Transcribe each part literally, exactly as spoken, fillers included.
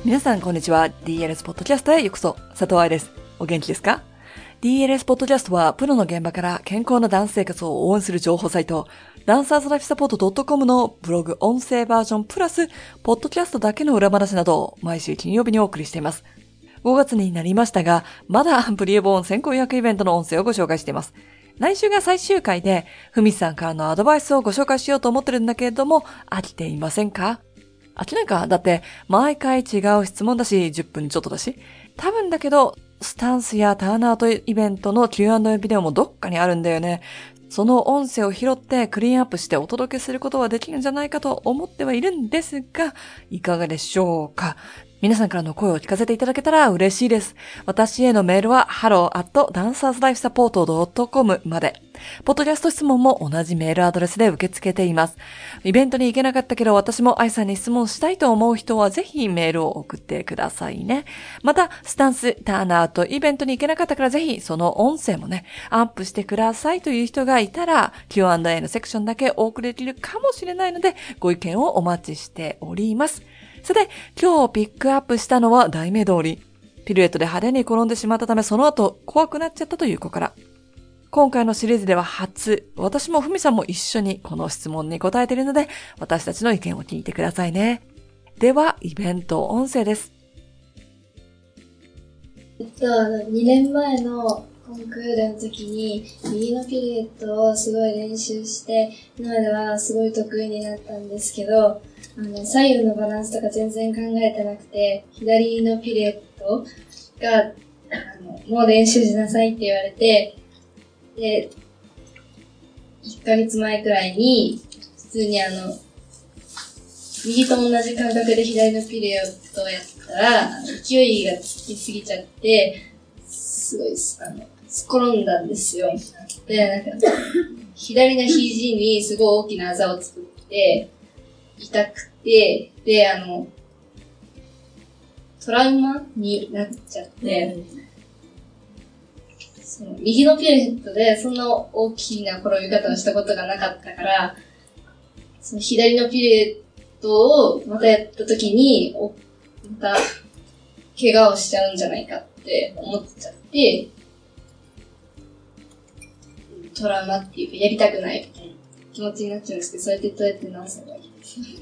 皆さんこんにちは。 ディーエルエス ポッドキャストへようこそ。佐藤愛です。お元気ですか？ ディーエルエス ポッドキャストはプロの現場から健康なダンス生活を応援する情報サイト、ダンサーズライフサポート .com のブログ音声バージョンプラスポッドキャストだけの裏話などを毎週金曜日にお送りしています。ごがつになりましたが、まだプリエボーン先行予約イベントの音声をご紹介しています。来週が最終回で、ふみさんからのアドバイスをご紹介しようと思ってるんだけれども、飽きていませんか？飽きないか？だって毎回違う質問だし、じゅっぷんちょっとだし。多分だけど、スタンスやターンアウトイベントの キューアンドエー ビデオもどっかにあるんだよね。その音声を拾ってクリーンアップしてお届けすることはできるんじゃないかと思ってはいるんですが、いかがでしょうか？皆さんからの声を聞かせていただけたら嬉しいです。私へのメールは ハロー アット ダンサーズライフサポート ドットコム まで。ポッドキャスト質問も同じメールアドレスで受け付けています。イベントに行けなかったけど私も愛さんに質問したいと思う人はぜひメールを送ってくださいね。また、スタンス、ターンアウトイベントに行けなかったからぜひその音声もね、アップしてくださいという人がいたら キューアンドエー のセクションだけお送りできるかもしれないのでご意見をお待ちしております。さて、今日ピックアップしたのは題名通り、ピルエットで派手に転んでしまったためその後怖くなっちゃったという子から。今回のシリーズでは初、私もふみさんも一緒にこの質問に答えているので、私たちの意見を聞いてくださいね。では、イベント音声です。 えっと、にねんまえのコンクールの時に右のピルエットをすごい練習して、今ではすごい得意になったんですけど、あの、左右のバランスとか全然考えてなくて、左のピルエットが、あの、もう練習しなさいって言われて、で、いっかげつまえくらいに、普通にあの、右と同じ感覚で左のピルエットをやったら、勢いがつきすぎちゃって、すごい、あの、転んだんですよ。で、なんか、左の肘にすごい大きなあざを作って、痛くて、で、あの、トラウマになっちゃって、その右のピルエットでそんな大きな転び方をしたことがなかったから、その左のピルエットをまたやった時に、また怪我をしちゃうんじゃないかって思っちゃって、トラウマっていうかやりたくないみたいな気持ちになっちゃうんですけど、それってどうやって直せばいいですか？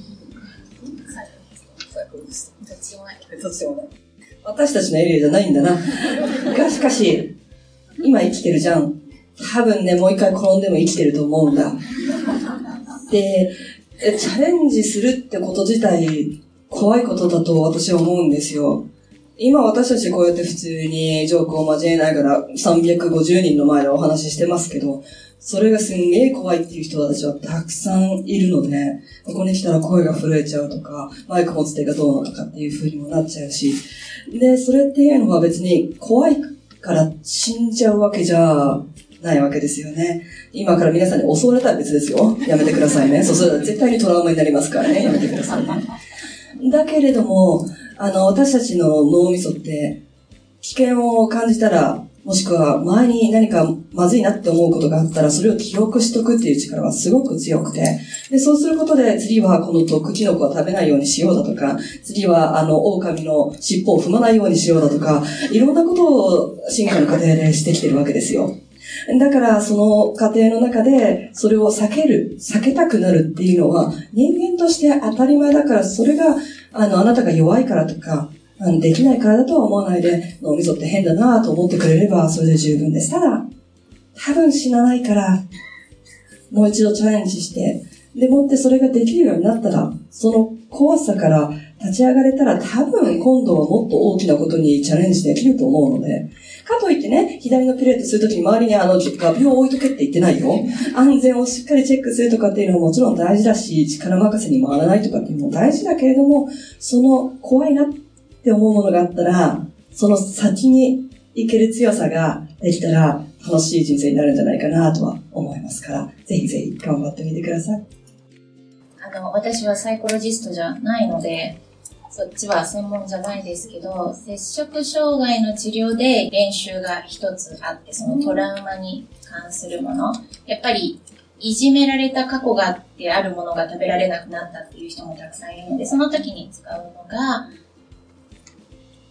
どっちもない。どっちもない。私たちのエリアじゃないんだな。がしかし、今生きてるじゃん。多分ね、もう一回転んでも生きてると思うんだ。で、チャレンジするってこと自体、怖いことだと私は思うんですよ。今私たちこうやって普通にジョークを交えながらさんびゃくごじゅうにんの前でお話ししてますけど、それがすんげえ怖いっていう人たちはたくさんいるので、ここに来たら声が震えちゃうとか、マイク持つ手がどうなのかっていう風にもなっちゃうし、で、それっていうのは別に怖いから死んじゃうわけじゃないわけですよね。今から皆さんに襲われたら別ですよ。やめてくださいね。そうすると絶対にトラウマになりますからね。やめてくださいね。だけれども、あの、私たちの脳みそって、危険を感じたら、もしくは前に何かまずいなって思うことがあったら、それを記憶しとくっていう力はすごく強くて、で、そうすることで、次はこの毒キノコは食べないようにしようだとか、次はあの、狼の尻尾を踏まないようにしようだとか、いろんなことを進化の過程でしてきてるわけですよ。だから、その過程の中で、それを避ける、避けたくなるっていうのは、人間として当たり前だから、それが、あの、あなたが弱いからとか、あのできないからだとは思わないで、脳みそって変だなと思ってくれれば、それで十分です。ただ、多分死なないから、もう一度チャレンジして、でもってそれができるようになったら、その怖さから立ち上がれたら、多分今度はもっと大きなことにチャレンジできると思うので、かといってね、左のピルエットするときに周りにあの、画鋲を置いとけって言ってないよ。安全をしっかりチェックするとかっていうのももちろん大事だし、力任せに回らないとかっていうのも大事だけれども、その怖いなって思うものがあったら、その先に行ける強さができたら楽しい人生になるんじゃないかなとは思いますから、ぜひぜひ頑張ってみてください。 あの、私はサイコロジストじゃないので、そっちは専門じゃないですけど、摂食障害の治療で練習が一つあって、そのトラウマに関するもの、やっぱりいじめられた過去があってあるものが食べられなくなったっていう人もたくさんいるので、その時に使うのが、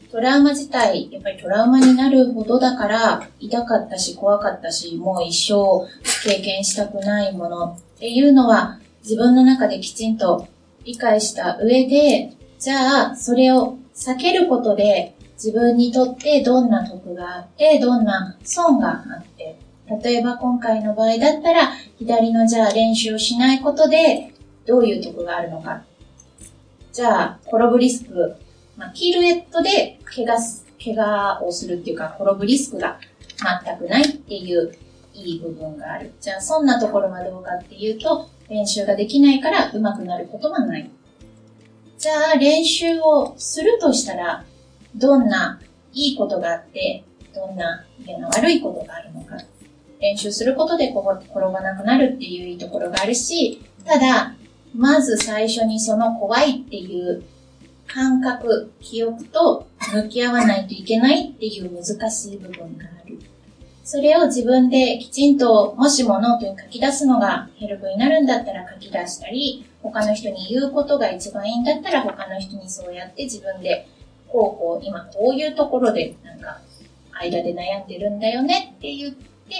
トラウマ自体、やっぱりトラウマになるほどだから、痛かったし怖かったし、もう一生経験したくないものっていうのは、自分の中できちんと理解した上で、じゃあ、それを避けることで、自分にとってどんな得があって、どんな損があって、例えば今回の場合だったら、左のじゃあ練習をしないことで、どういう得があるのか。じゃあ、転ぶリスク、まあ、キルエットで怪我す、怪我をするっていうか、転ぶリスクが全くないっていういい部分がある。じゃあ、そんなところはどうかっていうと、練習ができないから上手くなることはない。じゃあ、練習をするとしたら、どんないいことがあって、どんな嫌な悪いことがあるのか。練習することで転ばなくなるっていういいところがあるし、ただ、まず最初にその怖いっていう感覚、記憶と向き合わないといけないっていう難しい部分がある。それを自分できちんと、もしもノートに書き出すのがヘルプになるんだったら書き出したり、他の人に言うことが一番いいんだったら他の人にそうやって自分で、こうこう、今こういうところでなんか間で悩んでるんだよねって言って、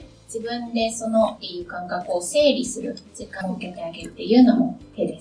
自分でそのっていう感覚を整理する時間を受けてあげるっていうのも手です。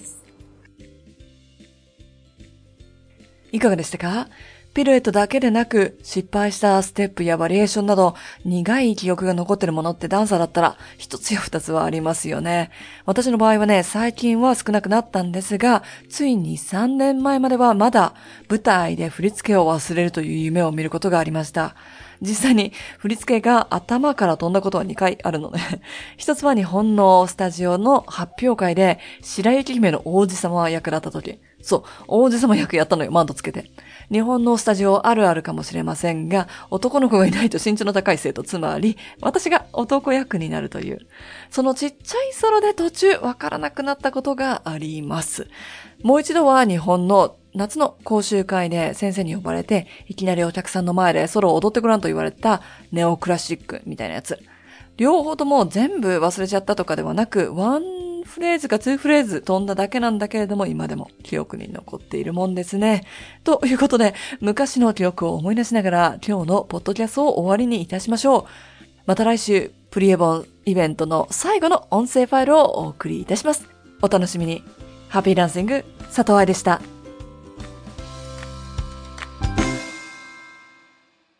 いかがでしたか？ピルエットだけでなく、失敗したステップやバリエーションなど、苦い記憶が残ってるものってダンサーだったら、一つや二つはありますよね。私の場合はね、最近は少なくなったんですが、ついにさんねんまえまではまだ舞台で振り付けを忘れるという夢を見ることがありました。実際に振り付けが頭から飛んだことはにかいあるので、一つは日本のスタジオの発表会で白雪姫の王子様役だった時。そう、王子様役やったのよ、マントつけて。日本のスタジオあるあるかもしれませんが、男の子がいないと身長の高い生徒、つまり私が男役になるという。そのちっちゃいソロで途中わからなくなったことがあります。もう一度は日本の夏の講習会で先生に呼ばれて、いきなりお客さんの前でソロを踊ってごらんと言われたネオクラシックみたいなやつ。両方とも全部忘れちゃったとかではなく、ワンフレーズかツーフレーズ飛んだだけなんだけれども、今でも記憶に残っているもんですね。ということで、昔の記憶を思い出しながら、今日のポッドキャストを終わりにいたしましょう。また来週、プリエボンイベントの最後の音声ファイルをお送りいたします。お楽しみに。ハッピーダンシング、佐藤愛でした。